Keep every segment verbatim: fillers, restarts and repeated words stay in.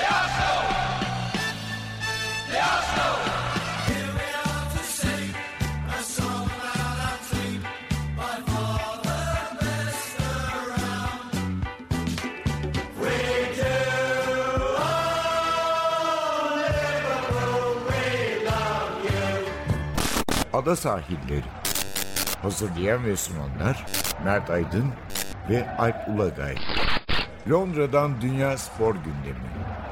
Ada Sahilleri. Hazırlayan ve sunanlar Mert Aydın ve Alp Ulagay. Londra'dan Dünya Spor Gündemi.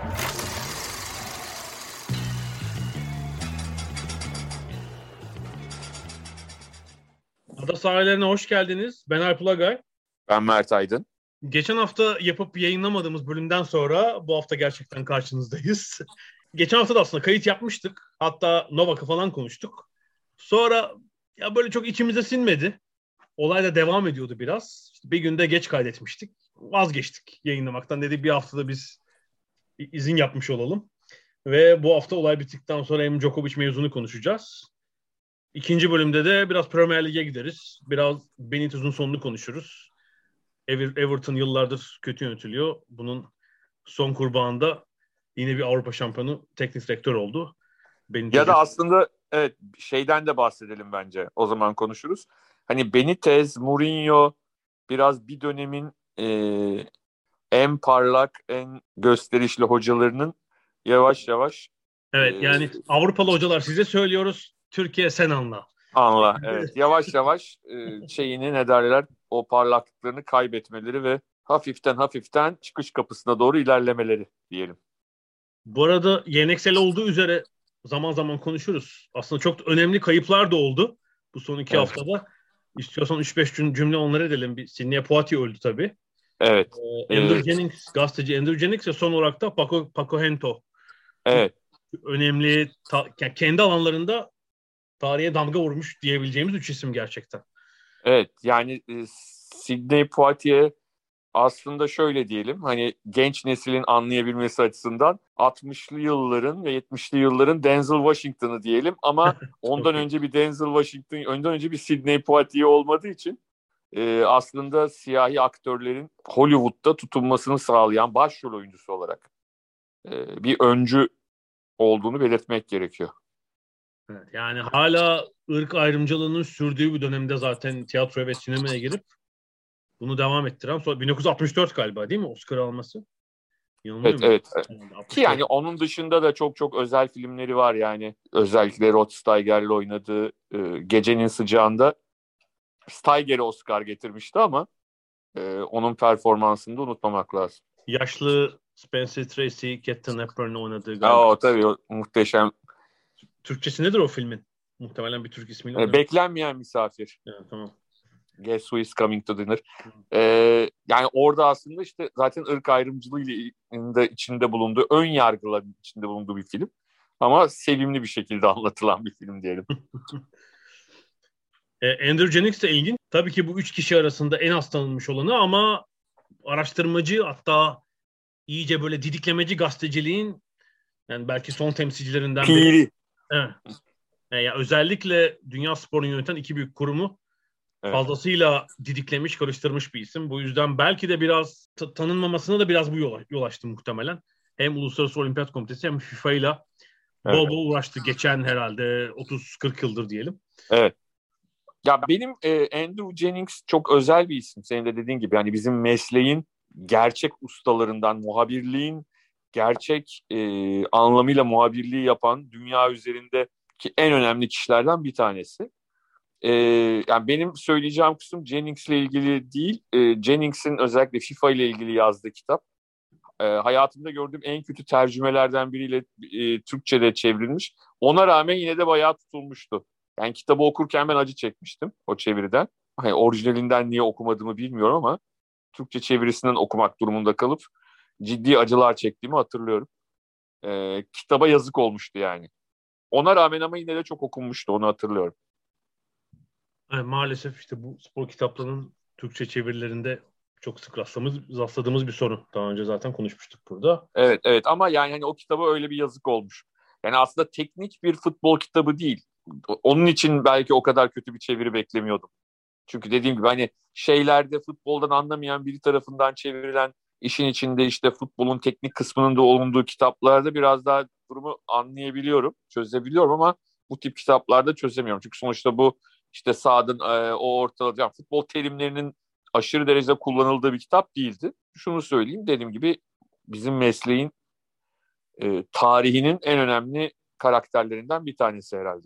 Ada Sahillerine hoş geldiniz. Ben Alp Ulagay. Ben Mert Aydın. Geçen hafta yapıp yayınlamadığımız bölümden sonra bu hafta gerçekten karşınızdayız. Geçen hafta da aslında kayıt yapmıştık. Hatta Novak'ı falan konuştuk. Sonra ya böyle çok içimize sinmedi. Olay da devam ediyordu biraz. İşte bir günde geç kaydetmiştik. Vazgeçtik yayınlamaktan. Dedik bir haftada biz izin yapmış olalım. Ve bu hafta olay bittikten sonra hem Djokovic mevzunu konuşacağız. İkinci bölümde de biraz Premier Lig'e gideriz. Biraz Benitez'in sonunu konuşuruz. Ever- Everton yıllardır kötü yönetiliyor. Bunun son kurbağında yine bir Avrupa şampiyonu teknik direktör oldu. Benitez Ya da aslında evet şeyden de bahsedelim bence. O zaman konuşuruz. Hani Benitez, Mourinho biraz bir dönemin e, en parlak, en gösterişli hocalarının yavaş yavaş Evet e, yani Avrupalı hocalar size söylüyoruz. Türkiye sen anla. anla. Evet, yavaş yavaş e, şeyini ne derler o parlaklıklarını kaybetmeleri ve hafiften hafiften çıkış kapısına doğru ilerlemeleri diyelim. Bu arada geleneksel olduğu üzere zaman zaman konuşuruz. Aslında çok önemli kayıplar da oldu bu son iki Evet. haftada. İstiyorsan üç beş cümle onları edelim. Bir Sidney Poitier öldü tabii. Evet. Ee, Andrew Evet. Jennings, gazeteci Andrew Jennings ve son olarak da Paco, Paco Gento. Evet. Önemli, ta, yani kendi alanlarında tarihe damga vurmuş diyebileceğimiz üç isim gerçekten. Evet. Yani e, Sidney Poitier aslında şöyle diyelim, hani genç neslin anlayabilmesi açısından altmışlı yılların ve yetmişli yılların Denzel Washington'ı diyelim ama ondan önce bir Denzel Washington, ondan önce bir Sidney Poitier olmadığı için e, aslında siyahi aktörlerin Hollywood'da tutunmasını sağlayan başrol oyuncusu olarak e, bir öncü olduğunu belirtmek gerekiyor. Evet, yani hala ırk ayrımcılığının sürdüğü bir dönemde zaten tiyatroya ve sinemaya girip bunu devam ettiren, sonra bin dokuz yüz altmış dört galiba değil mi Oscar alması? Yanılmıyor Evet, muyum? evet. Ki yani onun dışında da çok çok özel filmleri var yani. Özellikle Rod Steiger'le oynadığı e, Gecenin Sıcağında Steiger'e Oscar getirmişti ama e, onun performansını da unutmamak lazım. Yaşlı Spencer Tracy, Captain Hepburn'u oynadığı galiba. Aa, tabii o muhteşem. Türkçesi nedir o filmin? Muhtemelen bir Türk ismiyle. E, beklenmeyen misafir. Evet, tamam. Guess who is coming to dinner. Ee, yani orada aslında işte zaten ırk ayrımcılığıyla içinde bulunduğu, ön yargıların içinde bulunduğu bir film. Ama sevimli bir şekilde anlatılan bir film diyelim. e, Andrew Jennings de ilginç. Tabii ki bu üç kişi arasında en az tanınmış olanı ama araştırmacı, hatta iyice böyle didiklemeci gazeteciliğin yani belki son temsilcilerinden biri. Piri. Evet. Yani özellikle dünya sporunu yöneten iki büyük kurumu Evet. fazlasıyla didiklemiş, karıştırmış bir isim. Bu yüzden belki de biraz t- tanınmamasına da biraz bu yol, yol açtı muhtemelen. Hem Uluslararası Olimpiyat Komitesi hem FIFA ile bol Evet. bol uğraştı. Geçen herhalde otuz kırk yıldır diyelim. Evet. Ya benim e, Andrew Jennings çok özel bir isim. Senin de dediğin gibi yani bizim mesleğin gerçek ustalarından, muhabirliğin gerçek e, anlamıyla muhabirliği yapan dünya üzerindeki en önemli kişilerden bir tanesi. Ee, yani benim söyleyeceğim kısım Jennings'le ilgili değil. Ee, Jennings'in özellikle FIFA ile ilgili yazdığı kitap. Ee, hayatımda gördüğüm en kötü tercümelerden biriyle e, Türkçe'de çevrilmiş. Ona rağmen yine de bayağı tutulmuştu. Yani kitabı okurken ben acı çekmiştim o çeviriden. Hani orijinalinden niye okumadığımı bilmiyorum ama Türkçe çevirisinden okumak durumunda kalıp ciddi acılar çektiğimi hatırlıyorum. Ee, kitaba yazık olmuştu yani. Ona rağmen ama yine de çok okunmuştu, onu hatırlıyorum. Yani maalesef işte bu spor kitaplarının Türkçe çevirilerinde çok sık rastladığımız, rastladığımız bir sorun. Daha önce zaten konuşmuştuk burada. Evet, evet ama yani hani o kitaba öyle bir yazık olmuş. Yani aslında teknik bir futbol kitabı değil. Onun için belki o kadar kötü bir çeviri beklemiyordum. Çünkü dediğim gibi hani şeylerde futboldan anlamayan biri tarafından çevrilen işin içinde işte futbolun teknik kısmının da olunduğu kitaplarda biraz daha durumu anlayabiliyorum, çözebiliyorum ama bu tip kitaplarda çözemiyorum. Çünkü sonuçta bu işte sahada e, o ortada yani futbol terimlerinin aşırı derecede kullanıldığı bir kitap değildi. Şunu söyleyeyim, dediğim gibi bizim mesleğin e, tarihinin en önemli karakterlerinden bir tanesi herhalde.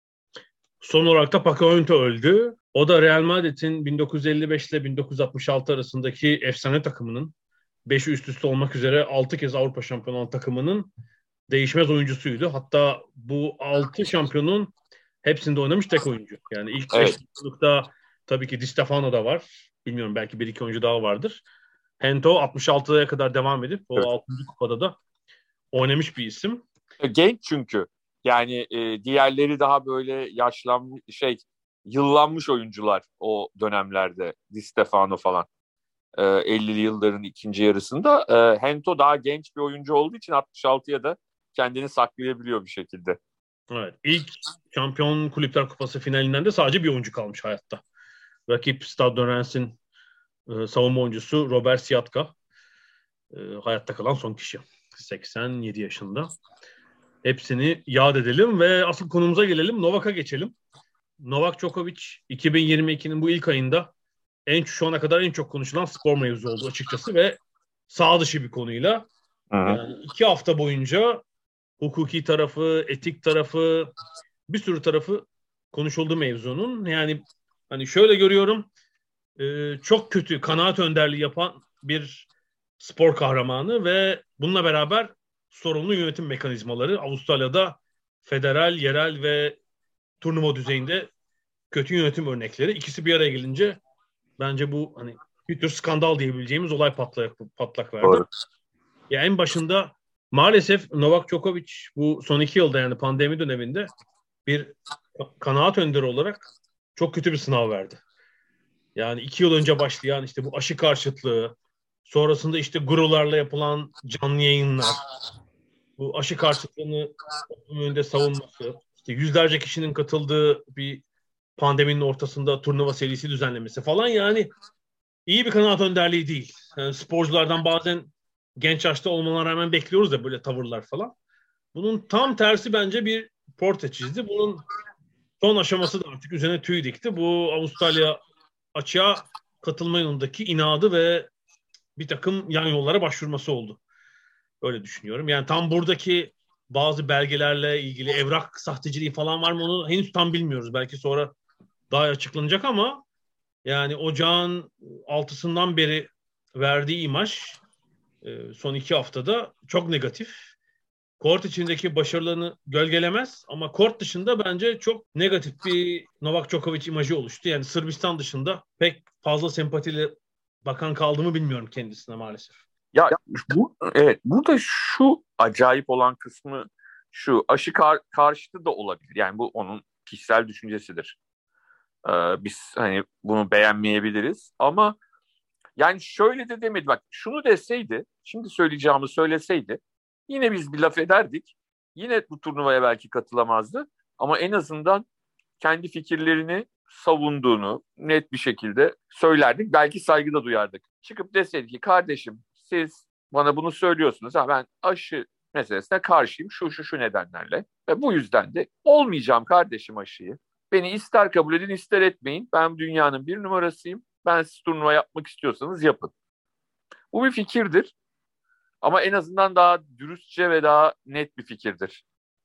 Son olarak da Paco öldü. O da Real Madrid'in bin dokuz yüz elli beş ile bin dokuz yüz altmış altı arasındaki efsane takımının beşi üst üste olmak üzere altı kez Avrupa şampiyonu olan takımının değişmez oyuncusuydu. Hatta bu altı şampiyonun hepsinde oynamış tek oyuncu. Yani ilk beş Evet. yıllıkta tabii ki Di Stefano da var. Bilmiyorum, belki bir iki oyuncu daha vardır. Hento altmış altıya kadar devam edip o Evet. altıncı kupada da oynamış bir isim. Genç çünkü. Yani e, diğerleri daha böyle yaşlanmış şey yıllanmış oyuncular o dönemlerde. Di Stefano falan. E, ellili yılların ikinci yarısında. E, Hento daha genç bir oyuncu olduğu için altmış altıya da kendini saklayabiliyor bir şekilde. Evet. İlk Şampiyon Kulüpler Kupası finalinden de sadece bir oyuncu kalmış hayatta. Rakip Stade Rennes'in e, savunma oyuncusu Robert Siatka. E, hayatta kalan son kişi. seksen yedi yaşında. Hepsini yad edelim ve asıl konumuza gelelim. Novak'a geçelim. Novak Djokovic iki bin yirmi ikinin bu ilk ayında en şu ana kadar en çok konuşulan spor mevzu oldu açıkçası ve sağ dışı bir konuyla. Hı hı. Yani iki hafta boyunca hukuki tarafı, etik tarafı, bir sürü tarafı konuşuldu mevzunun. Yani hani şöyle görüyorum, e, çok kötü kanaat önderliği yapan bir spor kahramanı ve bununla beraber sorunlu yönetim mekanizmaları. Avustralya'da federal, yerel ve turnuva düzeyinde kötü yönetim örnekleri. İkisi bir araya gelince bence bu hani bir tür skandal diyebileceğimiz olay patlak, patlak verdi. Doğru. Ya en başında maalesef Novak Djokovic bu son iki yılda, yani pandemi döneminde bir kanaat önderi olarak çok kötü bir sınav verdi. Yani iki yıl önce başlayan işte bu aşı karşıtlığı, sonrasında işte gurularla yapılan canlı yayınlar, bu aşı karşıtlığını toplum önünde savunması, işte yüzlerce kişinin katıldığı bir pandeminin ortasında turnuva serisi düzenlemesi falan, yani iyi bir kanaat önderliği değil. Yani sporculardan bazen genç yaşta olmalarına rağmen bekliyoruz da böyle tavırlar falan. Bunun tam tersi bence bir portre çizdi. Bunun son aşaması da artık üzerine tüy dikti. Bu Avustralya açığa katılma yolundaki inadı ve bir takım yan yollara başvurması oldu. Öyle düşünüyorum. Yani tam buradaki bazı belgelerle ilgili evrak sahteciliği falan var mı, onu henüz tam bilmiyoruz. Belki sonra daha açıklanacak ama yani ocağın altısından beri verdiği imaj son iki haftada çok negatif. Kort içindeki başarılarını gölgelemez ama kort dışında bence çok negatif bir Novak Djokovic imajı oluştu. Yani Sırbistan dışında pek fazla sempatiyle bakan kaldı mı bilmiyorum kendisine maalesef. Ya bu evet, burada şu acayip olan kısmı şu: aşı kar, karşıtı da olabilir. Yani bu onun kişisel düşüncesidir. Ee, biz hani bunu beğenmeyebiliriz ama yani şöyle de demedi. Bak, şunu deseydi, şimdi söyleyeceğimi söyleseydi yine biz bir laf ederdik. Yine bu turnuvaya belki katılamazdı ama en azından kendi fikirlerini savunduğunu net bir şekilde söylerdik. Belki saygı da duyardık. Çıkıp deseydi ki kardeşim, siz bana bunu söylüyorsunuz. Ha, ben aşı meselesine karşıyım şu şu şu nedenlerle ve bu yüzden de olmayacağım kardeşim aşıyı. Beni ister kabul edin ister etmeyin. Ben dünyanın bir numarasıyım. Ben siz turnuva yapmak istiyorsanız yapın. Bu bir fikirdir. Ama en azından daha dürüstçe ve daha net bir fikirdir.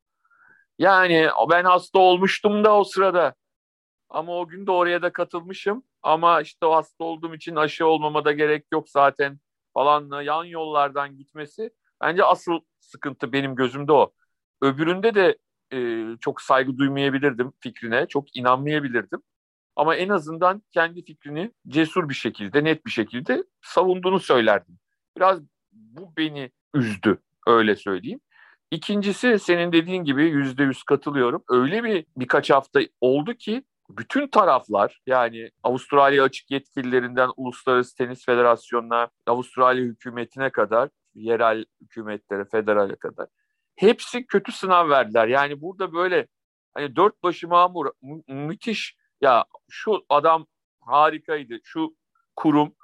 Yani ben hasta olmuştum da o sırada. Ama o gün de oraya da katılmışım. Ama işte o hasta olduğum için aşı olmama da gerek yok zaten falan yan yollardan gitmesi. Bence asıl sıkıntı benim gözümde o. Öbüründe de e, çok saygı duymayabilirdim fikrine. Çok inanmayabilirdim. Ama en azından kendi fikrini cesur bir şekilde, net bir şekilde savunduğunu söylerdim. Biraz bu beni üzdü, öyle söyleyeyim. İkincisi, senin dediğin gibi yüzde yüz katılıyorum. Öyle bir birkaç hafta oldu ki bütün taraflar, yani Avustralya açık yetkililerinden Uluslararası Tenis Federasyonu'na, Avustralya hükümetine kadar, yerel hükümetlere, federale kadar hepsi kötü sınav verdiler. Yani burada böyle hani dört başı mamur, mü- müthiş ya, şu adam harikaydı, şu kurum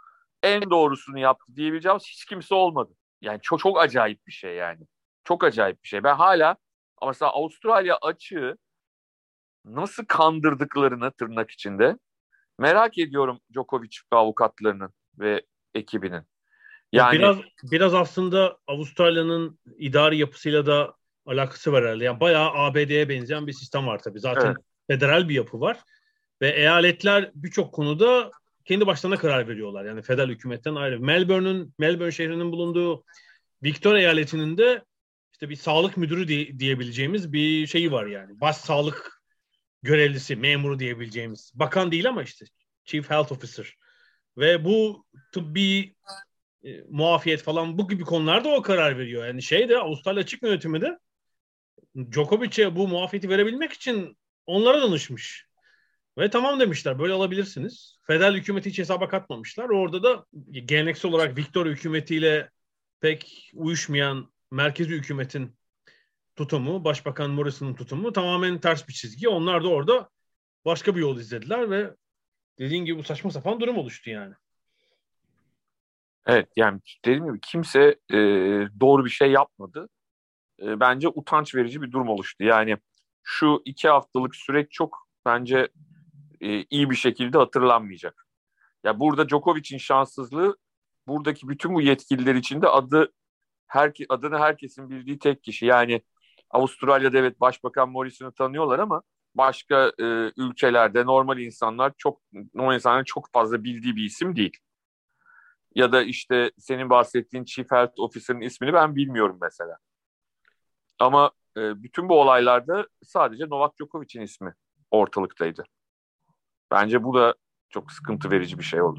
en doğrusunu yaptı diyebileceğimiz hiç kimse olmadı. Yani çok çok acayip bir şey yani. Çok acayip bir şey. Ben hala ama mesela Avustralya açığı nasıl kandırdıklarını tırnak içinde merak ediyorum Djokovic ve avukatlarının ve ekibinin. Yani biraz biraz aslında Avustralya'nın idari yapısıyla da alakası var herhalde. Yani bayağı A B D'ye benzeyen bir sistem var tabii. Zaten evet. Federal bir yapı var ve eyaletler birçok konuda kendi başlarına karar veriyorlar. Yani federal hükümetten ayrı. Melbourne'ün Melbourne şehrinin bulunduğu Victoria eyaletinin de işte bir sağlık müdürü diye, diyebileceğimiz bir şeyi var yani. Baş sağlık görevlisi, memuru diyebileceğimiz. Bakan değil ama işte Chief Health Officer. Ve bu tıbbi e, muafiyet falan bu gibi konularda o karar veriyor. Yani şey de Avustralya Açık Yönetimi de Djokovic'e bu muafiyeti verebilmek için onlara danışmış. Ve tamam demişler, böyle alabilirsiniz. Federal hükümeti hiç hesaba katmamışlar. Orada da geleneksel olarak Victoria hükümetiyle pek uyuşmayan merkezi hükümetin tutumu, Başbakan Morrison'ın tutumu tamamen ters bir çizgi. Onlar da orada başka bir yol izlediler ve dediğin gibi bu saçma sapan durum oluştu yani. Evet, yani dediğim gibi kimse e, doğru bir şey yapmadı. E, bence utanç verici bir durum oluştu. Yani şu iki haftalık süreç çok bence e, iyi bir şekilde hatırlanmayacak. Ya burada Djokovic'in şanssızlığı buradaki bütün bu yetkililer için de adı her, adını herkesin bildiği tek kişi. Yani Avustralya'da evet Başbakan Morrison'u tanıyorlar ama başka e, ülkelerde normal insanlar çok normal insanların çok fazla bildiği bir isim değil. Ya da işte senin bahsettiğin Chief Health Officer'ın ismini ben bilmiyorum mesela. Ama e, bütün bu olaylarda sadece Novak Djokovic'in ismi ortalıktaydı. Bence bu da çok sıkıntı verici bir şey oldu.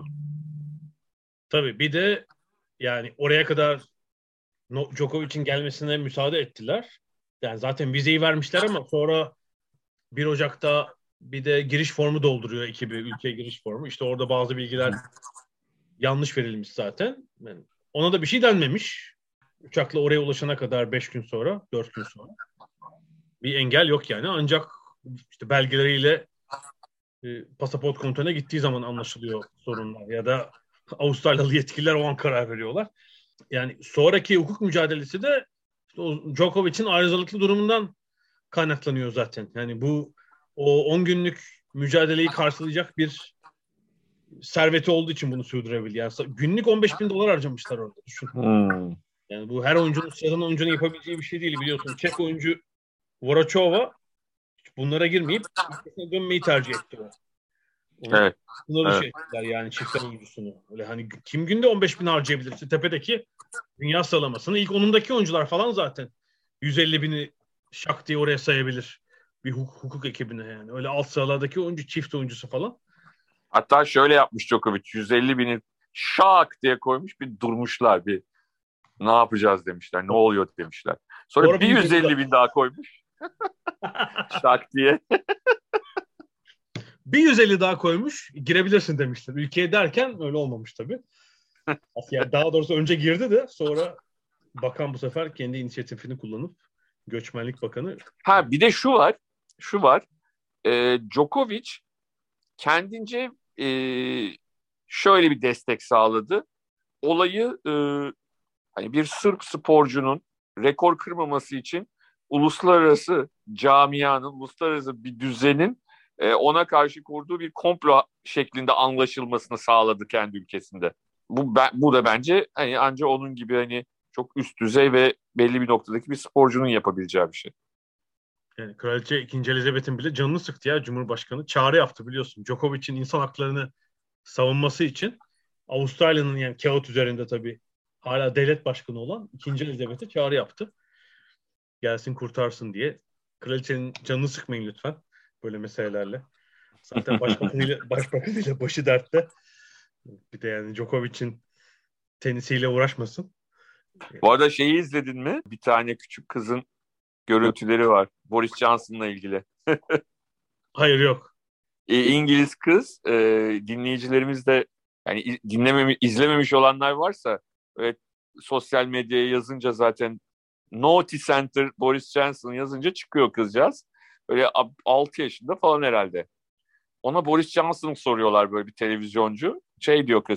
Tabii bir de yani oraya kadar Djokovic'in gelmesine müsaade ettiler. Yani zaten vizeyi vermişler ama sonra bir Ocak'ta bir de giriş formu dolduruyor ekibi, ülkeye giriş formu. İşte orada bazı bilgiler yanlış verilmiş zaten. Yani ona da bir şey denmemiş. Uçakla oraya ulaşana kadar beş gün sonra, dört gün sonra. Bir engel yok yani. Ancak işte belgeleriyle e, pasaport kontrolüne gittiği zaman anlaşılıyor sorunlar. Ya da Avustralyalı yetkililer o an karar veriyorlar. Yani sonraki hukuk mücadelesi de işte o Djokovic'in arızalıklı durumundan kaynaklanıyor zaten. Yani bu o on günlük mücadeleyi karşılayacak bir serveti olduğu için bunu sürdürebildi. Yani günlük on beş bin dolar harcamışlar orada. Düşün. Hmm. Yani bu her oyuncunun, sıradan oyuncunun yapabileceği bir şey değil biliyorsun. Çek oyuncu Vorachova bunlara girmeyip dönmeyi tercih etti o. Onu, evet. Sınır dışı evet. ettiler yani çiftler oyuncusunu. Öyle hani kim günde on beş bin harcayabilir? İşte tepedeki dünya sıralamasını ilk onundaki oyuncular falan zaten yüz elli bini şak diye oraya sayabilir. Bir hukuk, hukuk ekibine yani. Öyle alt sıralardaki oyuncu çift oyuncusu falan. Hatta şöyle yapmış Djokovic. yüz elli bini şak diye koymuş, bir durmuşlar, bir ne yapacağız demişler. Ne oluyor demişler. Sonra Doğru bir yüz elli bin daha koymuş. şak diye. Bir yüz elli daha koymuş. Girebilirsin demişler. Ülkeye derken öyle olmamış tabii. Yani daha doğrusu önce girdi de sonra bakan bu sefer kendi inisiyatifini kullanıp Göçmenlik Bakanı. Ha bir de şu var. Şu var. E, Djokovic kendince e, şöyle bir destek sağladı. Olayı e, hani bir Sırp sporcunun rekor kırmaması için uluslararası camianın, uluslararası bir düzenin e, ona karşı kurduğu bir komplo şeklinde anlaşılmasını sağladı kendi ülkesinde. Bu ben, bu da bence hani anca onun gibi hani çok üst düzey ve belli bir noktadaki bir sporcunun yapabileceği bir şey. Yani Kraliçe ikinci. Elizabeth'in bile canını sıktı ya Cumhurbaşkanı. Çağrı yaptı biliyorsun. Djokovic'in insan haklarını savunması için Avustralya'nın yani kağıt üzerinde tabii hala devlet başkanı olan ikinci. Elizabeth'e çağrı yaptı. Gelsin kurtarsın diye. Kraliçenin canını sıkmayın lütfen böyle meselelerle. Zaten başbakanıyla, başbakanıyla başı dertte. Bir de yani Djokovic'in tenisiyle uğraşmasın. Bu arada şeyi izledin mi? Bir tane küçük kızın görüntüleri var. Boris Johnson'la ilgili. Hayır yok. E, İngiliz kız e, dinleyicilerimiz de yani dinlememiş, izlememiş olanlar varsa evet, sosyal medyaya yazınca zaten Naughty Center Boris Johnson yazınca çıkıyor kızcağız. Böyle altı yaşında falan herhalde. Ona Boris Johnson soruyorlar böyle bir televizyoncu. Şey diyor kız.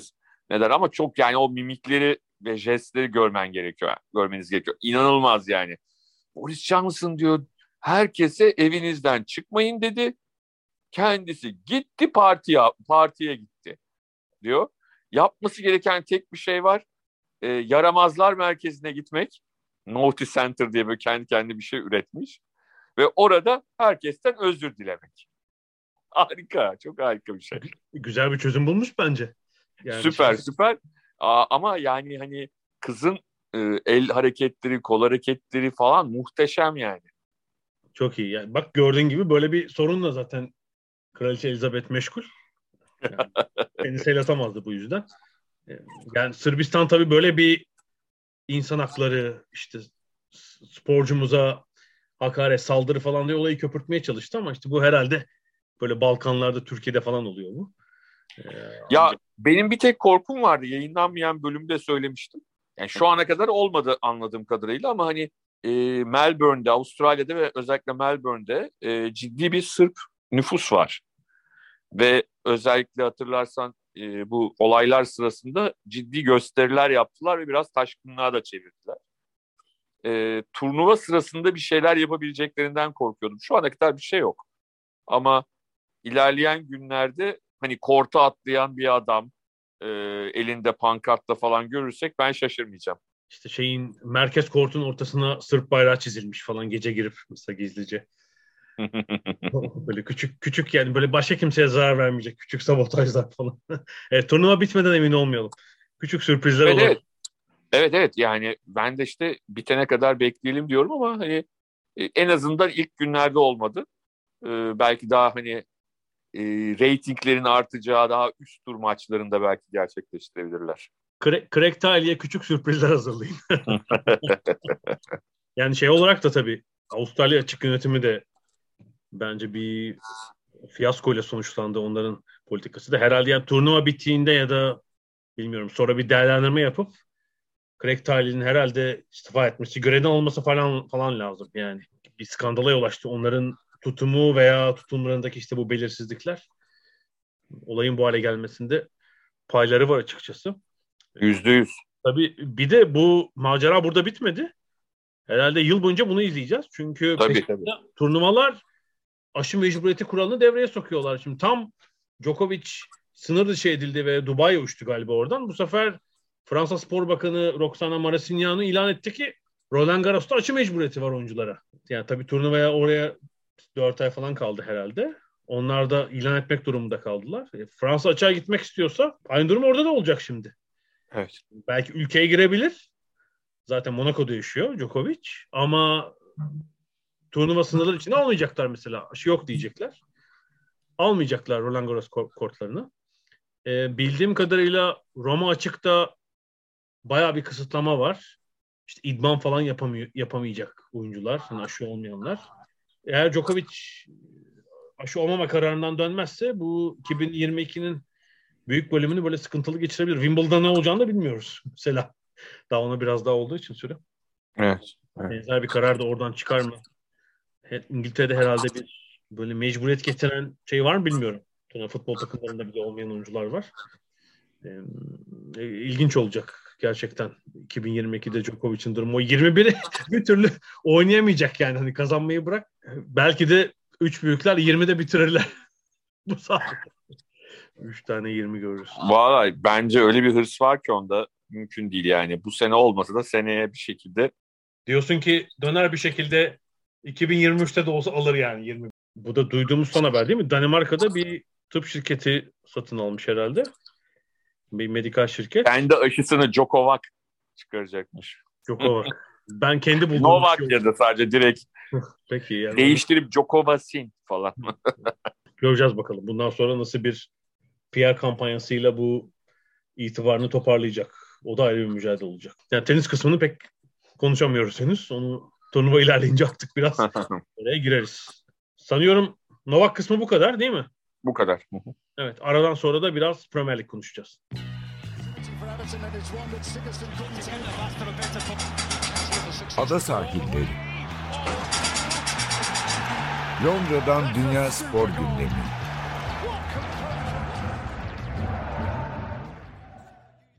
Neden? Ama çok yani o mimikleri ve jestleri görmen gerekiyor. Görmeniz gerekiyor. İnanılmaz yani. Boris Johnson diyor herkese evinizden çıkmayın dedi. Kendisi gitti partiye, partiye gitti diyor. Yapması gereken tek bir şey var. E, yaramazlar merkezine gitmek. Naughty Center diye böyle kendi kendine bir şey üretmiş. Ve orada herkesten özür dilemek. Harika. Çok harika bir şey. Güzel bir çözüm bulmuş bence. Yani süper şey... süper. Aa, ama yani hani kızın e, el hareketleri, kol hareketleri falan muhteşem yani. Çok iyi. Yani bak gördüğün gibi böyle bir sorunla zaten Kraliçe Elizabeth meşgul. Yani kendisi el atamazdı bu yüzden. Yani Sırbistan tabii böyle bir insan hakları, işte sporcumuza hakaret, saldırı falan diye olayı köpürtmeye çalıştı ama işte bu herhalde böyle Balkanlarda, Türkiye'de falan oluyor bu. Ee, ya ancak... benim bir tek korkum vardı. Yayınlanmayan bölümde söylemiştim. Yani şu ana kadar olmadı anladığım kadarıyla ama hani e, Melbourne'de, Avustralya'da ve özellikle Melbourne'de e, ciddi bir Sırp nüfus var. Ve özellikle hatırlarsan e, bu olaylar sırasında ciddi gösteriler yaptılar ve biraz taşkınlığa da çevirdiler. E, turnuva sırasında bir şeyler yapabileceklerinden korkuyordum. Şu ana kadar bir şey yok. Ama ilerleyen günlerde hani korta atlayan bir adam e, elinde pankartla falan görürsek ben şaşırmayacağım. İşte şeyin merkez kortun ortasına Sırp bayrağı çizilmiş falan gece girip mesela gizlice. Böyle küçük küçük yani böyle başka kimseye zarar vermeyecek küçük sabotajlar falan. Evet, turnuva bitmeden emin olmayalım. Küçük sürprizler evet, olur. Evet. evet evet yani ben de işte bitene kadar bekleyelim diyorum ama hani en azından ilk günlerde olmadı. Ee, belki daha hani e, reytinglerin artacağı daha üst tur maçlarında belki gerçekleştirebilirler. Craig Tiley'e küçük sürprizler hazırlayın. Yani şey olarak da tabii Avustralya açık yönetimi de bence bir fiyaskoyla sonuçlandı onların politikası da. Herhalde yani turnuva bittiğinde ya da bilmiyorum sonra bir değerlendirme yapıp Craig Tiley'nin herhalde istifa etmesi, görevden olması falan falan lazım. Yani bir skandala yol açtı. Onların tutumu veya tutumlarındaki işte bu belirsizlikler olayın bu hale gelmesinde payları var açıkçası. Yüzde yüz. Tabii bir de bu macera burada bitmedi. Herhalde yıl boyunca bunu izleyeceğiz. Çünkü tabii, tabii. turnuvalar aşı mecburiyeti kuralını devreye sokuyorlar. Şimdi tam Djokovic sınır dışı edildi ve Dubai'ye uçtu galiba oradan. Bu sefer Fransa Spor Bakanı Roxana Maracineanu ilan etti ki Roland Garros'ta aşı mecburiyeti var oyunculara. Yani tabii turnuvaya oraya dört ay falan kaldı herhalde. Onlar da ilan etmek durumunda kaldılar. E, Fransa açığa gitmek istiyorsa aynı durum orada da olacak şimdi. Evet. Belki ülkeye girebilir. Zaten Monaco'da yaşıyor Djokovic. Ama turnuva sınırları içinde almayacaklar mesela. Aşı yok diyecekler. Almayacaklar Roland Garros kortlarını. E, bildiğim kadarıyla Roma açıkta bayağı bir kısıtlama var. İşte idman falan yapamıyor, yapamayacak oyuncular. Yani aşı olmayanlar. Eğer Djokovic aşı olmama kararından dönmezse bu iki bin yirmi ikinin büyük bölümünü böyle sıkıntılı geçirebilir. Wimbledon'da ne olacağını da bilmiyoruz. Mesela daha ona biraz daha olduğu için süre. Evet. evet. Benzer bir karar da oradan çıkar mı? İngiltere'de herhalde bir böyle mecburiyet getiren şey var mı bilmiyorum. Yani futbol takımlarında bile olmayan oyuncular var. Ee, ilginç olacak gerçekten. iki bin yirmi ikide Djokovic'in durumu. O yirmi biri bir türlü oynayamayacak yani. Hani kazanmayı bırak. Belki de üç büyükler yirmide bitirirler. Bu saatte. üç tane yirmi görürüz. Vallahi bence öyle bir hırs var ki onda mümkün değil yani. Bu sene olmasa da seneye bir şekilde. Diyorsun ki döner bir şekilde iki bin yirmi üçte de olsa alır yani yirmi. Bu da duyduğumuz son haber değil mi? Danimarka'da bir tıp şirketi satın almış herhalde. Bir medikal şirket. Kendi aşısını Djokovic çıkaracakmış. Djokovic. Ben kendi buldum. Novak ya da sadece direkt Peki, yani değiştirip Djokovic'in falan. Göreceğiz bakalım. Bundan sonra nasıl bir P R kampanyasıyla bu itibarını toparlayacak. O da ayrı bir mücadele olacak. Yani tenis kısmını pek konuşamıyoruz henüz. Onu turnuva ilerleyince artık biraz oraya gireriz. Sanıyorum Novak kısmı bu kadar değil mi? Bu kadar. Evet. Aradan sonra da biraz Premier Lig konuşacağız. Ada sahilleri. Londra'dan Dünya Spor Gündemi.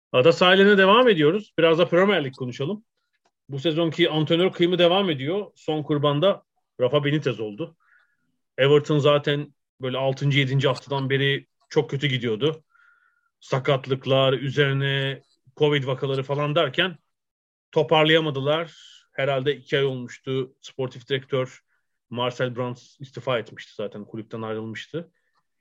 Ada sahiline devam ediyoruz. Biraz da Premier Lig konuşalım. Bu sezonki antrenör kıyımı devam ediyor. Son kurbanda Rafa Benitez oldu. Everton zaten böyle altıncı yedinci haftadan beri çok kötü gidiyordu. Sakatlıklar, üzerine Covid vakaları falan derken toparlayamadılar. Herhalde iki ay olmuştu. Sportif direktör Marcel Brands istifa etmişti zaten. Kulüpten ayrılmıştı.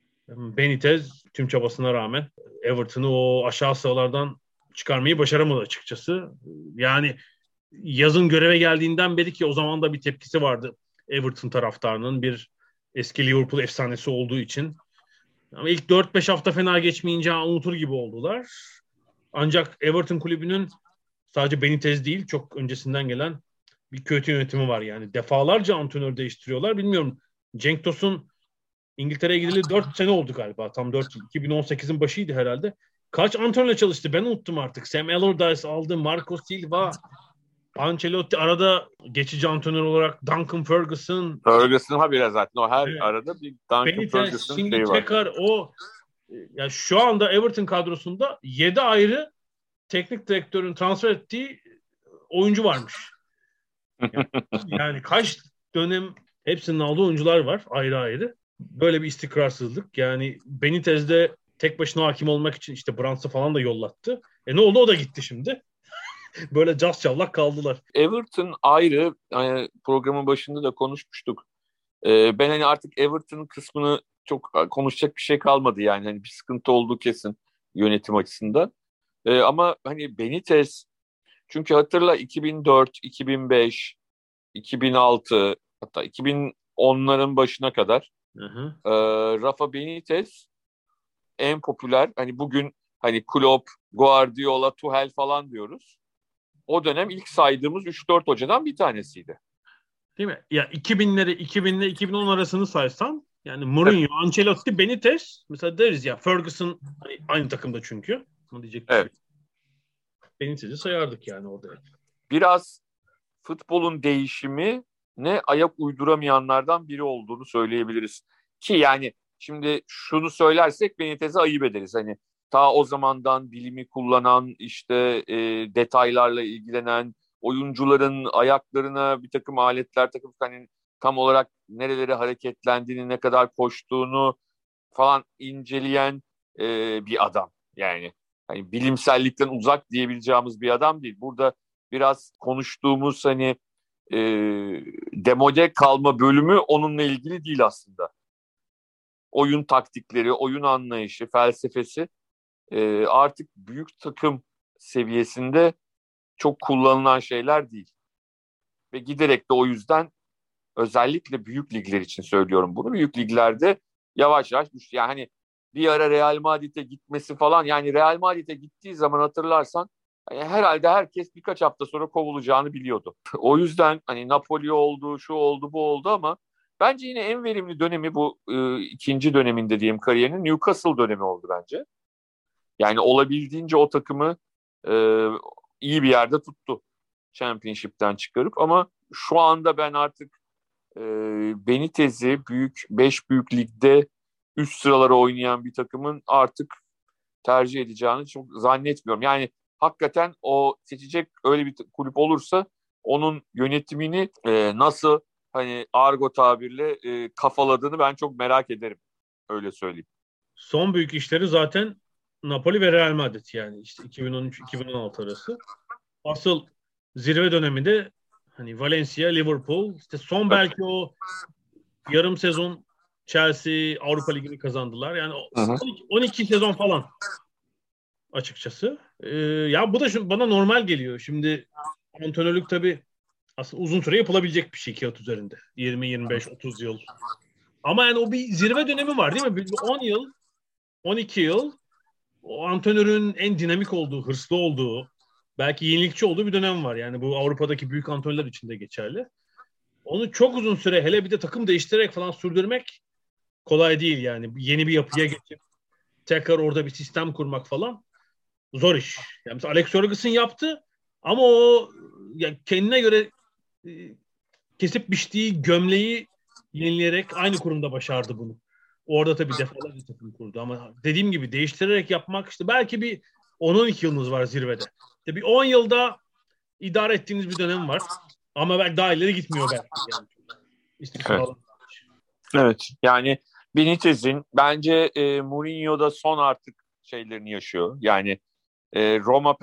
Benitez tüm çabasına rağmen Everton'u o aşağı sıralardan çıkarmayı başaramadı açıkçası. Yani yazın göreve geldiğinden beri ki o zaman da bir tepkisi vardı Everton taraftarının, bir eski Liverpool efsanesi olduğu için. Ama ilk dört beş hafta fena geçmeyince unutur gibi oldular. Ancak Everton kulübünün sadece Benitez değil, çok öncesinden gelen bir kötü yönetimi var yani. Defalarca antrenör değiştiriyorlar. Bilmiyorum, Cenk Tosun İngiltere'ye gideli dört sene oldu galiba. Tam dört yıl. iki bin on sekizin başıydı herhalde. Kaç antrenörle çalıştı ben unuttum artık. Sam Allardyce aldı, Marco Silva, Ancelotti, arada geçici antrenör olarak Duncan Ferguson. Ferguson ha biraz zaten o her Evet. arada bir Duncan Benitez, Ferguson şimdi şeyi var. tekrar o ya şu anda Everton kadrosunda yedi ayrı teknik direktörün transfer ettiği oyuncu varmış. Yani, yani kaç dönem hepsinin aldığı oyuncular var ayrı ayrı. Böyle bir istikrarsızlık. Yani Benitez'de tek başına hakim olmak için işte Brands'ı falan da yollattı. E ne oldu? O da gitti şimdi. Böyle cas çavlak kaldılar. Everton ayrı, yani programın başında da konuşmuştuk. Ee, ben hani artık Everton kısmını çok konuşacak bir şey kalmadı yani. Hani bir sıkıntı olduğu kesin yönetim açısından. Ee, ama hani Benitez, çünkü hatırla iki bin dört, iki bin beş, iki bin altı, hatta iki bin onların başına kadar Hı hı. e, Rafa Benitez en popüler, hani bugün hani Klopp, Guardiola, Tuchel falan diyoruz. O dönem ilk saydığımız üç dört hocadan bir tanesiydi. Değil mi? Ya iki binleri iki bin ile iki bin on arasını saysan yani Mourinho, Ancelotti, Benitez mesela deriz ya, Ferguson hani aynı takımda çünkü. Onu diyecek bir Evet. şey. Benitez'i sayardık yani orada. Biraz futbolun değişimi ne ayak uyduramayanlardan biri olduğunu söyleyebiliriz. Ki yani şimdi şunu söylersek Benitez'e ayıp ederiz. Hani ta o zamandan bilimi kullanan, işte e, detaylarla ilgilenen, oyuncuların ayaklarına bir takım aletler takıp hani tam olarak nerelere hareketlendiğini, ne kadar koştuğunu falan inceleyen e, bir adam. Yani hani bilimsellikten uzak diyebileceğimiz bir adam değil. Burada biraz konuştuğumuz hani e, demode kalma bölümü onunla ilgili değil aslında. Oyun taktikleri, oyun anlayışı, felsefesi e, artık büyük takım seviyesinde çok kullanılan şeyler değil. Ve giderek de o yüzden, özellikle büyük ligler için söylüyorum bunu, büyük liglerde yavaş yavaş düş. Yani hani bir ara Real Madrid'e gitmesi falan, yani Real Madrid'e gittiği zaman hatırlarsan yani herhalde herkes birkaç hafta sonra kovulacağını biliyordu. O yüzden hani Napoli oldu, şu oldu, bu oldu ama bence yine en verimli dönemi bu e, ikinci döneminde diyeyim kariyerinin, Newcastle dönemi oldu bence. Yani olabildiğince o takımı e, iyi bir yerde tuttu. Championship'ten çıkarıp, ama şu anda ben artık e, Benitez'i büyük beş büyük ligde üst sıralara oynayan bir takımın artık tercih edeceğini çok zannetmiyorum. Yani hakikaten o seçecek öyle bir kulüp olursa onun yönetimini e, nasıl, hani argo tabirle e, kafaladığını ben çok merak ederim. Öyle söyleyeyim. Son büyük işleri zaten Napoli ve Real Madrid, yani işte iki bin on üç iki bin on altı arası. Asıl zirve dönemi de hani Valencia, Liverpool, işte son belki o yarım sezon Chelsea Avrupa Ligi'ni kazandılar. Yani Hı hı. on iki, on iki sezon falan açıkçası. Ee, ya bu da şu, bana normal geliyor. Şimdi antrenörlük tabii aslında uzun süre yapılabilecek bir şey kağıt üzerinde. yirmi yirmi beş otuz yıl. Ama yani o bir zirve dönemi var değil mi? Bir on yıl, on iki yıl o antrenörün en dinamik olduğu, hırslı olduğu, belki yenilikçi olduğu bir dönem var. Yani bu Avrupa'daki büyük antrenörler için de geçerli. Onu çok uzun süre, hele bir de takım değiştirerek falan sürdürmek kolay değil yani. Yeni bir yapıya geçip tekrar orada bir sistem kurmak falan zor iş. Yani mesela Alex Ferguson yaptı ama o yani kendine göre e, kesip biçtiği gömleği yenileyerek aynı kurumda başardı bunu. Orada tabii defalarca takım kurdu ama dediğim gibi değiştirerek yapmak, işte belki bir on on iki yılınız var zirvede. İşte bir on yılda idare ettiğiniz bir dönem var. Ama belki daha ileri gitmiyor belki. Yani. Evet. Evet. Yani Benitez'in bence e, Mourinho'da son artık şeylerini yaşıyor. Yani e, Roma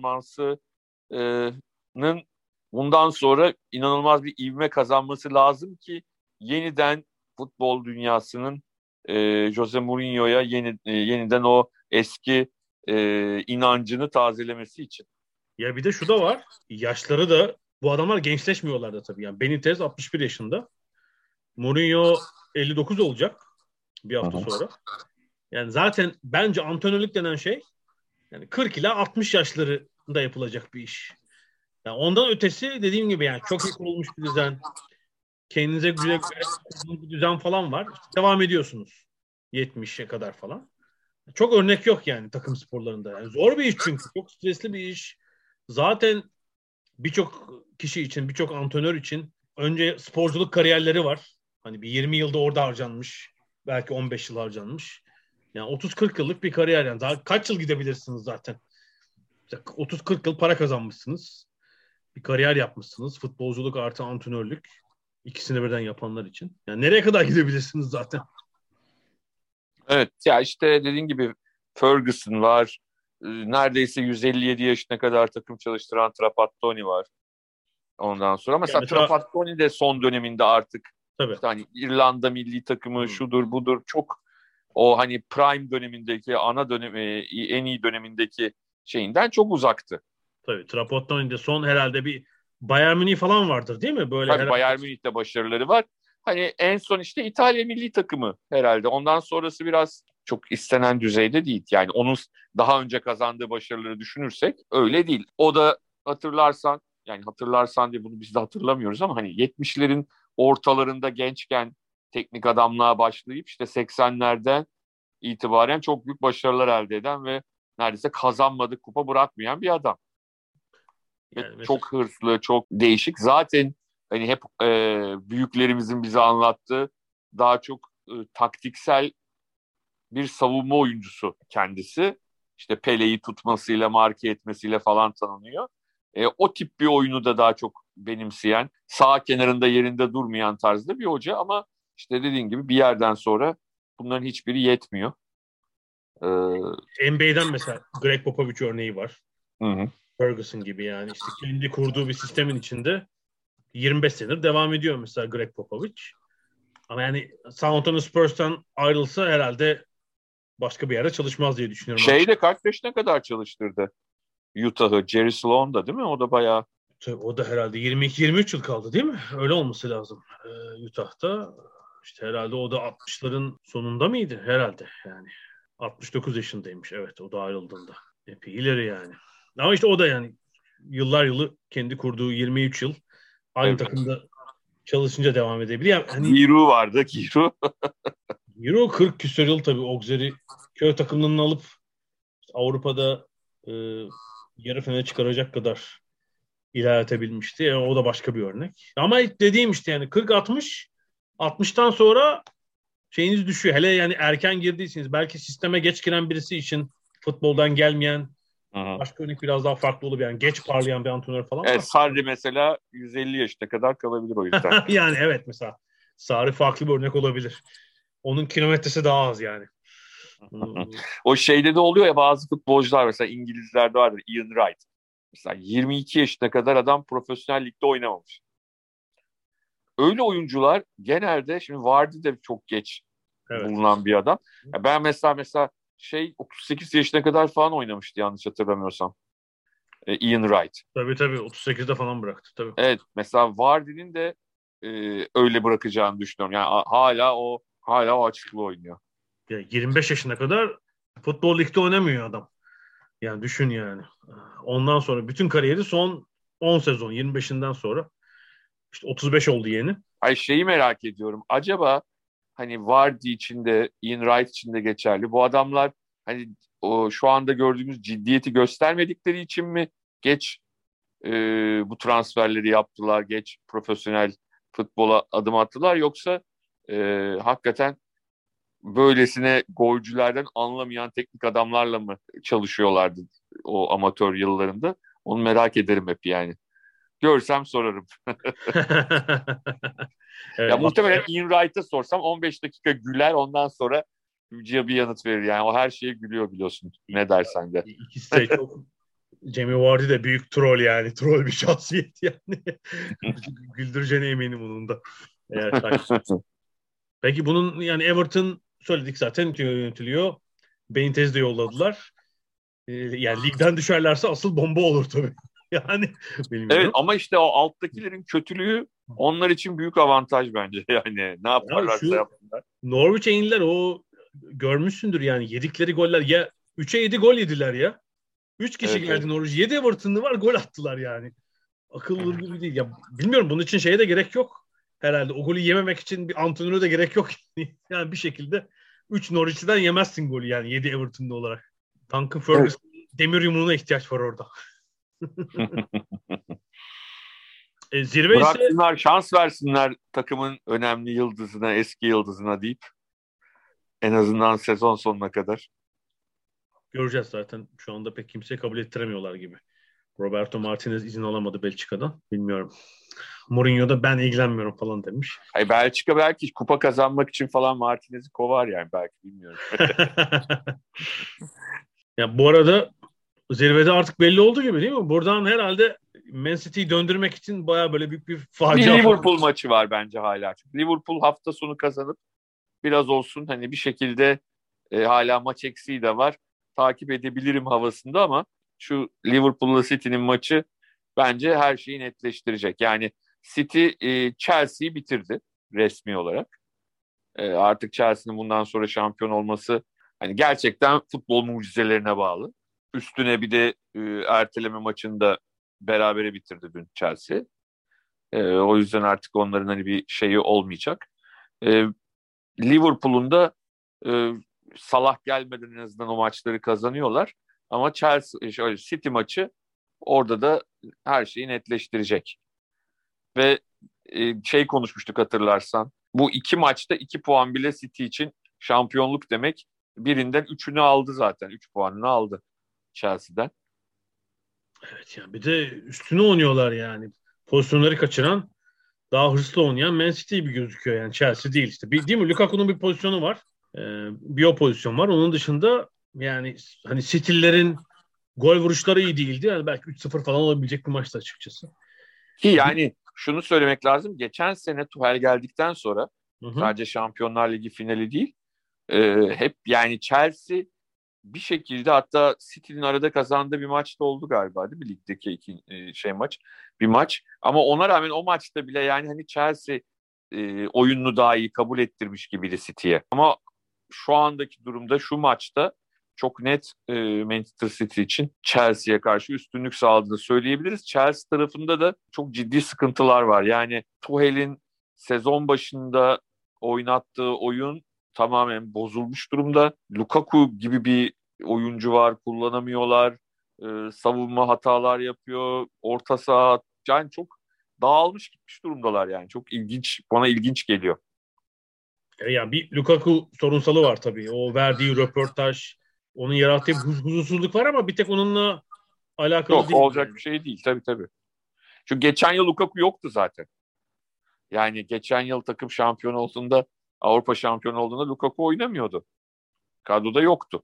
performansının bundan sonra inanılmaz bir ivme kazanması lazım ki yeniden futbol dünyasının e, Jose Mourinho'ya yeni, e, yeniden o eski e, inancını tazelemesi için. Ya bir de şu da var. Yaşları da bu adamlar gençleşmiyorlar da tabii. Yani Benitez altmış bir yaşında. Mourinho elli dokuz olacak bir hafta Hı-hı. sonra. Yani zaten bence antrenörlük denen şey yani kırk ila altmış yaşlarında yapılacak bir iş. Yani ondan ötesi dediğim gibi yani çok iyi kurulmuş bir düzen. Kendinize güzel bir düzen falan var. İşte devam ediyorsunuz yetmişe kadar falan. Çok örnek yok yani takım sporlarında. Yani zor bir iş çünkü. Çok stresli bir iş. Zaten birçok kişi için, birçok antrenör için önce sporculuk kariyerleri var. Hani bir yirmi yılda orada harcanmış. Belki on beş yıl harcanmış. Yani otuz kırk yıllık bir kariyer yani. Daha kaç yıl gidebilirsiniz zaten? otuz kırk yıl para kazanmışsınız. Bir kariyer yapmışsınız. Futbolculuk artı antrenörlük. İkisini birden yapanlar için. Yani nereye kadar gidebilirsiniz zaten? Evet ya işte dediğin gibi Ferguson var. Neredeyse yüz elli yedi yaşına kadar takım çalıştıran Trapattoni var. Ondan sonra mesela, Yani mesela Trapattoni de son döneminde artık tabii. işte hani İrlanda milli takımı Hmm. şudur budur çok o hani prime dönemindeki ana dönemi en iyi dönemindeki şeyinden çok uzaktı. Tabii Trapattoni'de son herhalde bir Bayern Münih falan vardır değil mi? Böyle Tabii herhalde... Bayern Münih'te başarıları var. Hani en son işte İtalya milli takımı herhalde. Ondan sonrası biraz çok istenen düzeyde değil. Yani onun daha önce kazandığı başarıları düşünürsek öyle değil. O da hatırlarsan yani hatırlarsan diye bunu biz de hatırlamıyoruz ama hani yetmişlerin ortalarında gençken teknik adamlığa başlayıp işte seksenlerden itibaren çok büyük başarılar elde eden ve neredeyse kazanmadık kupa bırakmayan bir adam. Yani mesela... Çok hırslı, çok değişik. Zaten hani hep e, büyüklerimizin bize anlattığı daha çok e, taktiksel bir savunma oyuncusu kendisi. İşte Pele'yi tutmasıyla, marke etmesiyle falan tanınıyor. E, o tip bir oyunu da daha çok benimseyen, sağ kenarında yerinde durmayan tarzda bir hoca ama işte dediğin gibi bir yerden sonra bunların hiçbiri yetmiyor. Ee, N B A'den mesela Greg Popovich örneği var. hı hı. Ferguson gibi yani işte kendi kurduğu bir sistemin içinde yirmi beş senedir devam ediyor mesela Greg Popovich. Ama yani San Antonio Spurs'tan ayrılsa herhalde başka bir yerde çalışmaz diye düşünüyorum. Şeyde kaç yaşına kadar çalıştırdı Utah'ı? Jerry Sloan da değil mi? O da bayağı... Tabii o da herhalde yirmi iki yirmi üç yıl kaldı değil mi? Öyle olması lazım. Ee, Utah'ta işte herhalde o da altmışların sonunda mıydı? Herhalde yani. altmış dokuz yaşındaymış. Evet o da ayrıldığında. Epey ileri yani. Ama işte o da yani yıllar yılı kendi kurduğu yirmi üç yıl aynı Evet. takımda çalışınca devam edebiliyor. Yani hani Giroud vardı. Giroud. Euro kırk küsur yıl tabii Auxerre köy takımlarını alıp Avrupa'da e, yarı finale çıkaracak kadar ilerletebilmişti. Yani o da başka bir örnek. Ama dediğim işte yani kırk altmış altmıştan sonra şeyiniz düşüyor. Hele yani erken girdiyseniz belki sisteme geç giren birisi için futboldan gelmeyen Hı-hı. başka örnek biraz daha farklı olur. Yani geç parlayan bir antrenör falan evet, var. Sarri mesela yüz elli yaşına kadar kalabilir o yüzden. Yani evet mesela Sarri farklı bir örnek olabilir. Onun kilometresi daha az yani. O şeyde de oluyor ya bazı futbolcular mesela İngilizlerde vardır Ian Wright. Mesela yirmi iki yaşına kadar adam profesyonel ligde oynamamış. Öyle oyuncular genelde şimdi Vardy de çok geç Evet. bulunan bir adam. Ya ben mesela mesela şey otuz sekiz yaşına kadar falan oynamıştı yanlış hatırlamıyorsam. Ee, Ian Wright. Tabii tabii otuz sekizde falan bıraktı tabii. Evet mesela Vardy'nin de e, öyle bırakacağını düşünüyorum. Yani a- hala o hala o açıklı oynuyor. Ya yirmi beş yaşına kadar futbol ligde oynamıyor adam. Yani düşün yani. Ondan sonra bütün kariyeri son on sezon yirmi beşinden sonra işte otuz beş oldu yeni. Ay şeyi merak ediyorum. Acaba hani Vardy için de Ian Wright için de geçerli. Bu adamlar hani o şu anda gördüğümüz ciddiyeti göstermedikleri için mi geç e, bu transferleri yaptılar, geç profesyonel futbola adım attılar yoksa e, hakikaten böylesine golcülerden anlamayan teknik adamlarla mı çalışıyorlardı o amatör yıllarında. Onu merak ederim hep yani. Görsem sorarım. Evet, Ya muhtemelen Ian Wright'a sorsam on beş dakika güler, ondan sonra bir yanıt verir. Yani o her şeye gülüyor biliyorsun. Ne dersen de. İkisi de çok, Jamie Vardy de büyük troll yani. Troll bir şahsiyet yani. Güldüreceğine eminim onun da. Eğer Peki bunun yani Everton söyledik zaten yönetiliyor. Benitez'i de yolladılar. Ee, yani ligden düşerlerse asıl bomba olur tabii. Yani bilmiyorum. Evet ama işte o alttakilerin kötülüğü onlar için büyük avantaj bence. Yani ne Ya yaparlarsa şu yapsınlar. Norwich'e indiler, o görmüşsündür yani yedikleri goller ya, üçe yedi gol yediler ya. üç kişi Evet, geldi evet. Norwich. yedi Everton'lı var, gol attılar yani. Akıl olur gibi değil. Ya bilmiyorum, bunun için şeye de gerek yok. Herhalde o golü yememek için bir antrenöre de gerek yok. Yani bir şekilde üç Norwich'ten yemezsin golü yani yedi Everton'lı olarak. Duncan Ferguson demir yumruğuna ihtiyaç var orada. E, zirve ise Bıraksınlar, şans versinler takımın önemli yıldızına, eski yıldızına deyip en azından sezon sonuna kadar. göreceğiz zaten. Şu anda pek kimseye kabul ettiremiyorlar gibi. Roberto Martinez izin alamadı Belçika'dan. Bilmiyorum. Mourinho da ben ilgilenmiyorum falan demiş. Ay Belçika belki kupa kazanmak için falan Martinez'i kovar yani, belki bilmiyorum. Ya bu arada zirvede artık belli oldu gibi değil mi? Buradan herhalde Man City'yi döndürmek için baya böyle büyük bir Bir facia. Liverpool maçı var bence hala. Çünkü Liverpool hafta sonu kazanıp biraz olsun hani bir şekilde e, hala maç eksiği de var. Takip edebilirim havasında ama şu Liverpool'la City'nin maçı bence her şeyi netleştirecek. Yani City e, Chelsea'yi bitirdi resmi olarak. E, artık Chelsea'nin bundan sonra şampiyon olması hani gerçekten futbol mucizelerine bağlı. Üstüne bir de e, erteleme maçını da berabere bitirdi dün Chelsea. E, o yüzden artık onların hani bir şeyi olmayacak. E, Liverpool'un da e, Salah gelmeden en azından o maçları kazanıyorlar. Ama Chelsea, şöyle City maçı orada da her şeyi netleştirecek. Ve e, şey konuşmuştuk hatırlarsan. Bu iki maçta iki puan bile City için şampiyonluk demek. Birinden üçünü aldı zaten. Üç puanını aldı Chelsea'den. Evet ya, bir de üstüne oynuyorlar yani. Pozisyonları kaçıran, daha hırslı oynayan Man City gibi gözüküyor yani. Chelsea değil işte. Bir, değil mi? Lukaku'nun bir pozisyonu var. Ee, bir o pozisyon var. Onun dışında yani hani City'lerin gol vuruşları iyi değildi. Yani belki üç sıfır falan olabilecek bir maçtı açıkçası. Ki yani şunu söylemek lazım. Geçen sene Tuchel geldikten sonra Hı hı. sadece Şampiyonlar Ligi finali değil, e, hep yani Chelsea bir şekilde, hatta City'nin arada kazandığı bir maç da oldu galiba değil mi? Ligdeki iki e, şey maç. Bir maç. Ama ona rağmen o maçta bile yani hani Chelsea e, oyununu daha iyi kabul ettirmiş gibiydi City'ye. Ama şu andaki durumda şu maçta çok net e, Manchester City için Chelsea'ye karşı üstünlük sağladığını söyleyebiliriz. Chelsea tarafında da çok ciddi sıkıntılar var. Yani Tuchel'in sezon başında oynattığı oyun tamamen bozulmuş durumda. Lukaku gibi bir oyuncu var, kullanamıyorlar. Ee, savunma hatalar yapıyor. Orta saha yani çok dağılmış gitmiş durumdalar yani. Çok ilginç, bana ilginç geliyor. E, Yani bir Lukaku sorunsalı var tabii. O verdiği röportaj, onun yarattığı bir huz- huzursuzluk var ama bir tek onunla alakalı Yok, değil olacak yani. bir şey değil tabii tabii. Çünkü geçen yıl Lukaku yoktu zaten. Yani geçen yıl takım şampiyon olduğunda, Avrupa şampiyonu olduğunda Lukaku oynamıyordu. Kadroda yoktu.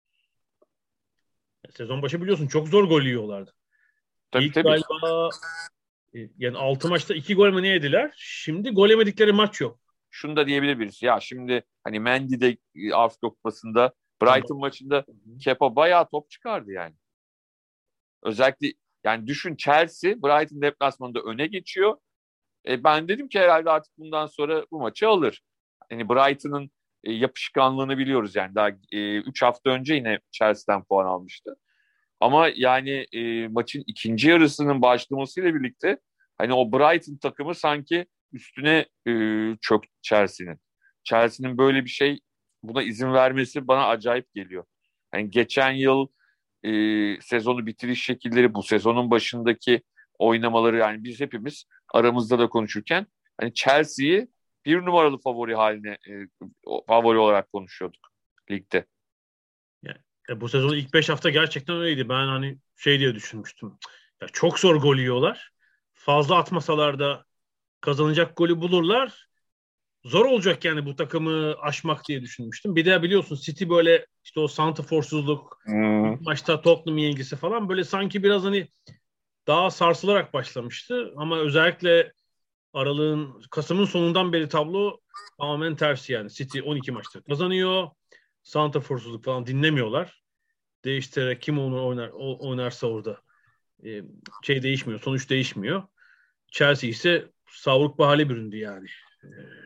Sezon başı biliyorsun çok zor gol yiyorlardı. Tabii İlk tabii. galiba e, yani altı maçta iki gol mü ne yediler? Şimdi gol yemedikleri maç yok. Şunu da diyebilir miyiz? Ya şimdi hani Mendy'de e, Avrupa Kupası'nda, Tamam. Brighton maçında Kepa bayağı top çıkardı yani. Özellikle yani düşün, Chelsea Brighton deplasmanında öne geçiyor. E, ben dedim ki herhalde artık bundan sonra bu maçı alır. Hani Brighton'ın e, yapışkanlığını biliyoruz yani. Daha üç hafta önce yine Chelsea'den puan almıştı. Ama yani e, maçın ikinci yarısının başlamasıyla birlikte hani o Brighton takımı sanki üstüne e, çöktü Chelsea'nin. Chelsea'nin böyle bir şey, buna izin vermesi bana acayip geliyor. Yani geçen yıl e, sezonu bitiriş şekilleri, bu sezonun başındaki oynamaları, yani biz hepimiz aramızda da konuşurken hani Chelsea'yi bir numaralı favori haline e, favori olarak konuşuyorduk ligde. Yani E, bu sezon ilk beş hafta gerçekten öyleydi. Ben hani şey diye düşünmüştüm. Ya çok zor gol yiyorlar. Fazla atmasalar da kazanacak golü bulurlar. Zor olacak yani bu takımı aşmak diye düşünmüştüm. Bir de biliyorsun City böyle işte o santrforsuzluk, Hmm. ilk maçta Tottenham yenilgisi falan böyle sanki biraz hani daha sarsılarak başlamıştı. Ama özellikle Aralık'ın, Kasım'ın sonundan beri tablo tamamen tersi yani. City on iki maçta kazanıyor. Santrforsuzluk falan dinlemiyorlar. Değiştirerek kim onu oynar, oynarsa orada e, şey değişmiyor. Sonuç değişmiyor. Chelsea ise savruk hale büründü yani. E,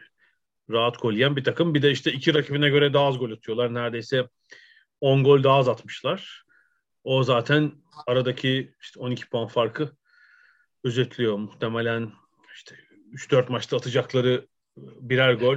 rahat gol yiyen bir takım. Bir de işte iki rakibine göre daha az gol atıyorlar. Neredeyse on gol daha az atmışlar. O zaten aradaki işte on iki puan farkı özetliyor. Muhtemelen işte üç dört maçta atacakları birer gol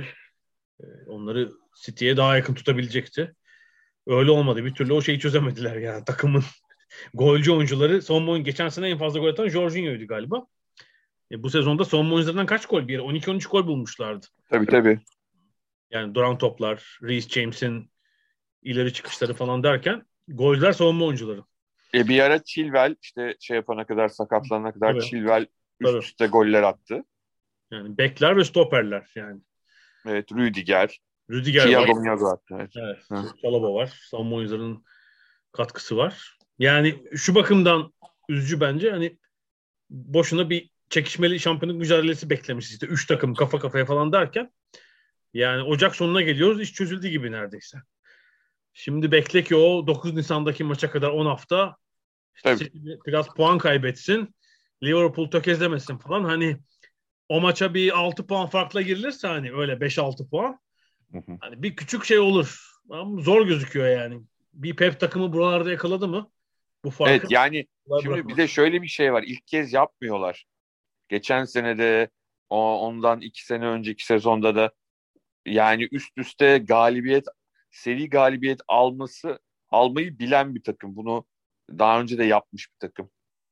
onları City'ye daha yakın tutabilecekti. Öyle olmadı. Bir türlü o şeyi çözemediler yani takımın golcü oyuncuları. Son oyun geçen sene en fazla gol atan Jorginho'ydu galiba. E, bu sezonda son oyuncularından kaç gol? Bir on iki on üç gol bulmuşlardı. Tabii tabii. Yani duran toplar, Reece James'in ileri çıkışları falan derken golcüler savunma oyuncuları. E bir ara Chilwell işte şey yapana kadar sakatlanana kadar Tabii. Chilwell üst Tabii. üste goller attı. Yani bekler ve stoperler yani. Evet, Rüdiger. Rüdiger Thiago var. Niago attı. Evet. Evet. Hı. Chalobah var. Savunma oyuncularının katkısı var. Yani şu bakımdan üzücü bence hani boşuna bir çekişmeli şampiyonluk mücadelesi beklemişiz. İşte üç takım kafa kafaya falan derken yani Ocak sonuna geliyoruz. İş çözüldü gibi neredeyse. Şimdi bekle ki o dokuz Nisan'daki maça kadar on hafta işte biraz puan kaybetsin. Liverpool tökezlemesin falan. Hani o maça bir altı puan farkla girilirse hani öyle beş altı puan Hı hı. hani bir küçük şey olur. Ama zor gözüküyor yani. Bir Pep takımı buralarda yakaladı mı bu farkı? Evet yani şimdi bırakmaz. bir de şöyle bir şey var. İlk kez yapmıyorlar. Geçen sene de o, ondan iki sene önceki sezonda da yani üst üste galibiyet, seri galibiyet alması almayı bilen bir takım. Bunu daha önce de yapmış bir takım.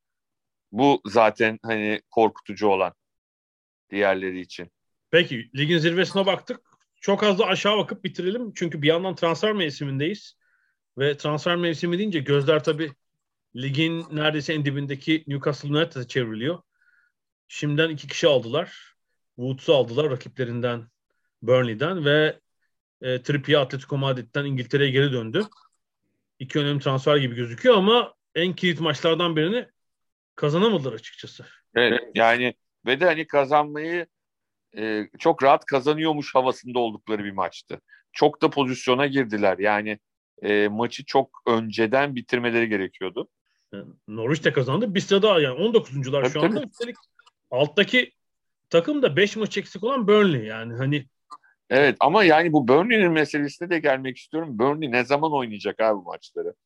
Bu zaten hani korkutucu olan diğerleri için. Peki ligin zirvesine baktık. Çok az da aşağı bakıp bitirelim. Çünkü bir yandan transfer mevsimindeyiz. Ve transfer mevsimi deyince gözler tabii ligin neredeyse en dibindeki Newcastle United'a çevriliyor. Şimdiden iki kişi aldılar. Woods'u aldılar rakiplerinden Burnley'den ve e, Trippier Atletico Madrid'den İngiltere'ye geri döndü. İki önemli transfer gibi gözüküyor ama en kilit maçlardan birini kazanamadılar açıkçası. Evet yani ve de hani kazanmayı e, çok rahat kazanıyormuş havasında oldukları bir maçtı. Çok da pozisyona girdiler. Yani e, maçı çok önceden bitirmeleri gerekiyordu. Yani Norwich de kazandı. Bir sıra daha yani on dokuzuncular Tabii, şu anda. tabii. Üstelik alttaki takım da beş maç eksik olan Burnley yani hani Evet ama yani bu Burnley'nin meselesine de gelmek istiyorum. Burnley ne zaman oynayacak abi bu maçları?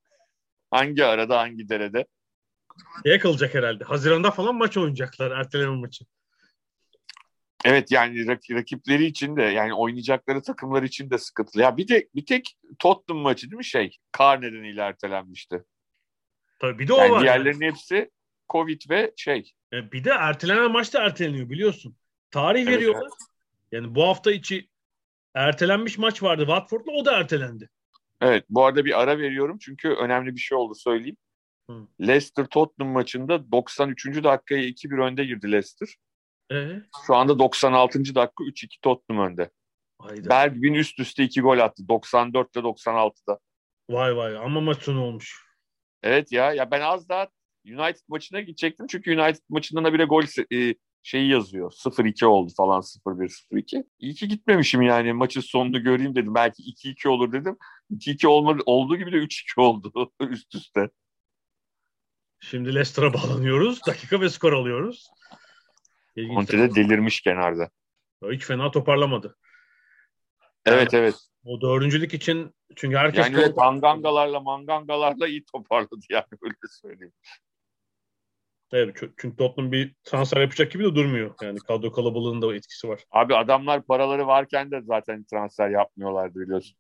Hangi arada, hangi derede? şeye kalacak herhalde. Haziran'da falan maç oynayacaklar erteleme maçı. Evet yani rak- rakipleri için de yani oynayacakları takımlar için de sıkıntılı. Ya bir de bir tek Tottenham maçı değil mi şey? Kar nedeniyle ertelenmişti. Tabii bir de o Yani var yani. diğerlerinin hepsi Covid ve şey. E, Bir de ertelenen maç da erteleniyor biliyorsun. Tarih Evet, veriyorlar. Yani bu hafta içi ertelenmiş maç vardı Watford'la o da ertelendi. Evet, bu arada bir ara veriyorum çünkü önemli bir şey oldu söyleyeyim. Hı. Leicester Tottenham maçında doksan üçüncü dakikaya iki bir önde girdi Leicester. E, Şu anda doksan altıncı dakika üç iki Tottenham önde. hayda. Bergwijn üst üste iki gol attı doksan dört ile doksan altıda. Vay vay ama maç sonu olmuş. Evet ya ya ben az daha United maçına gidecektim çünkü United maçından da bile gol e, şeyi yazıyor. sıfır iki oldu falan sıfır bir sıfır iki. İyi ki gitmemişim yani maçın sonunu göreyim dedim. Belki iki iki olur dedim. iki iki olmadı, olduğu gibi de üç iki oldu üst üste. Şimdi Leicester'a bağlanıyoruz. Dakika ve skor alıyoruz. İlginç. Conte de delirmiş kenarda. Hiç fena toparlamadı. Yani Evet evet. o dördüncülük için çünkü herkes Yani evet, mangangalarla mangangalarla iyi toparladı yani öyle söyleyeyim. evet, çünkü Tottenham bir transfer yapacak gibi de durmuyor. Yani kadro kalabalığında o etkisi var. Abi adamlar paraları varken de zaten transfer yapmıyorlardı biliyorsun.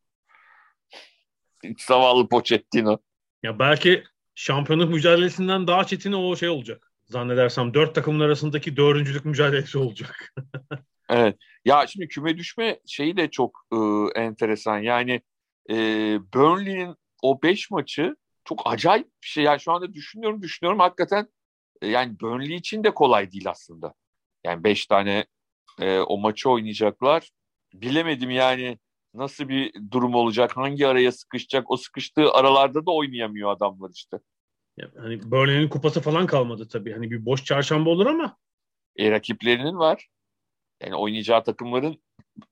Zavallı Pochettino. Ya belki şampiyonluk mücadelesinden daha çetini o şey olacak. Zannedersem dört takımın arasındaki dördüncülük mücadelesi olacak. Evet. Ya şimdi küme düşme şeyi de çok e, enteresan. Yani e, Burnley'nin o beş maçı çok acayip bir şey. Yani şu anda düşünüyorum düşünüyorum hakikaten e, yani Burnley için de kolay değil aslında. Yani beş tane e, o maçı oynayacaklar. Bilemedim yani nasıl bir durum olacak, hangi araya sıkışacak. O sıkıştığı aralarda da oynayamıyor adamlar işte. Yani hani Burnley'nin kupası falan kalmadı tabii. Hani bir boş çarşamba olur ama. E, rakiplerinin var. Yani oynayacağı takımların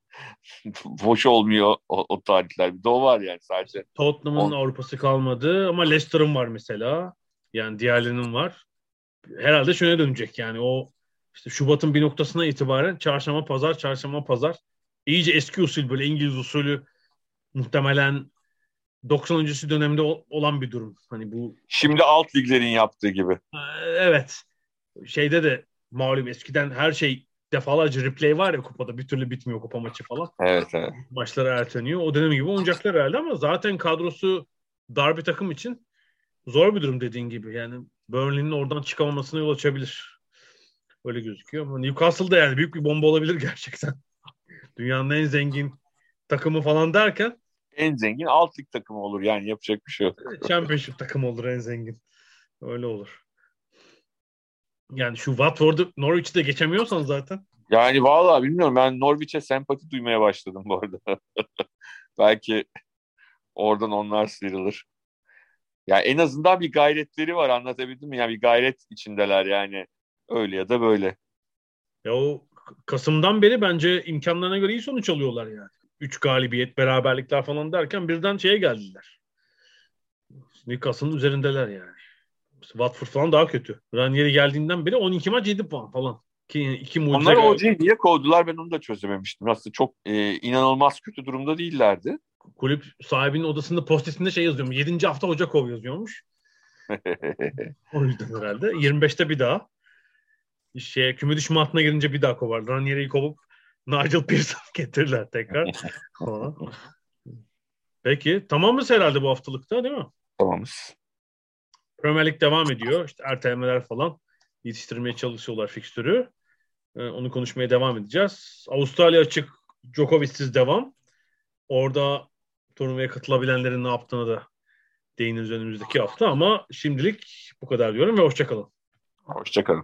boş olmuyor o, o tarihler. Bir de o var yani sadece. Tottenham'ın On... Avrupa'sı kalmadı ama Leicester'ın var mesela. Yani diğerlerinin var. Herhalde şöyle dönecek yani o işte Şubat'ın bir noktasına itibaren çarşamba pazar çarşamba pazar iyice eski usul böyle İngiliz usulü muhtemelen doksan öncesi dönemde olan bir durum. Hani bu Şimdi alt liglerin yaptığı gibi. evet. Şeyde de malum eskiden her şey defalarca replay var ya kupada bir türlü bitmiyor kupa maçı falan. Evet evet. Maçları erteniyor. O dönem gibi oynayacaklar herhalde ama zaten kadrosu dar bir takım için zor bir durum dediğin gibi. Yani Burnley'nin oradan çıkamamasına yol açabilir. Öyle gözüküyor ama Newcastle'da yani büyük bir bomba olabilir gerçekten. Dünyanın en zengin takımı falan derken en zengin alt lig takımı olur yani yapacak bir şey yok. Championship takımı olur en zengin. Öyle olur. Yani şu Watford'u Norwich'i de geçemiyorsan zaten. Yani vallahi bilmiyorum ben Norwich'e sempati duymaya başladım bu arada. Belki oradan onlar sıyrılır. Yani en azından bir gayretleri var anlatabildim mi? Yani bir gayret içindeler yani. Öyle ya da böyle. Ya o Kasım'dan beri bence imkanlarına göre iyi sonuç alıyorlar yani. Üç galibiyet, beraberlikler falan derken birden şeye geldiler. Newcastle'ın üzerindeler yani. Watford falan daha kötü. Ranieri geldiğinden beri on iki maç yedi puan falan. İki, iki mucize. Onlar hocayı niye kovdular ben onu da çözememiştim. Aslında çok e, inanılmaz kötü durumda değillerdi. Kulüp sahibinin odasında postitinde şey yazıyormuş. yedinci hafta hoca kov yazıyormuş. O yüzden herhalde. yirmi beşte bir daha. Şeye, küme düşme hattına girince bir daha kovarlar. Ranieri'yi kovup Nigel Pearson getirirler tekrar. Peki. Tamamız herhalde bu haftalıkta değil mi? Tamamız. Premier Lig devam ediyor. İşte ertelemeler falan yetiştirmeye çalışıyorlar fikstürü. Ee, onu konuşmaya devam edeceğiz. Avustralya açık Djokovic'siz devam. Orada turnuvaya katılabilenlerin ne yaptığını da değiniriz önümüzdeki hafta ama şimdilik bu kadar diyorum ve hoşçakalın. Hoşçakalın.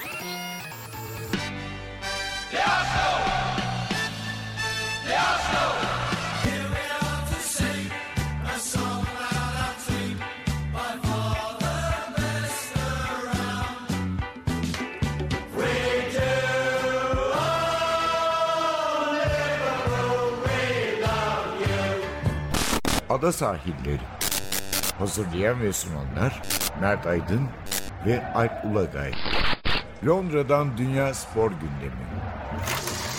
Ada Sahilleri. Hazırlayan ve sunanlar Mert Aydın ve Alp Ulagay. Londra'dan Dünya Spor Gündemi.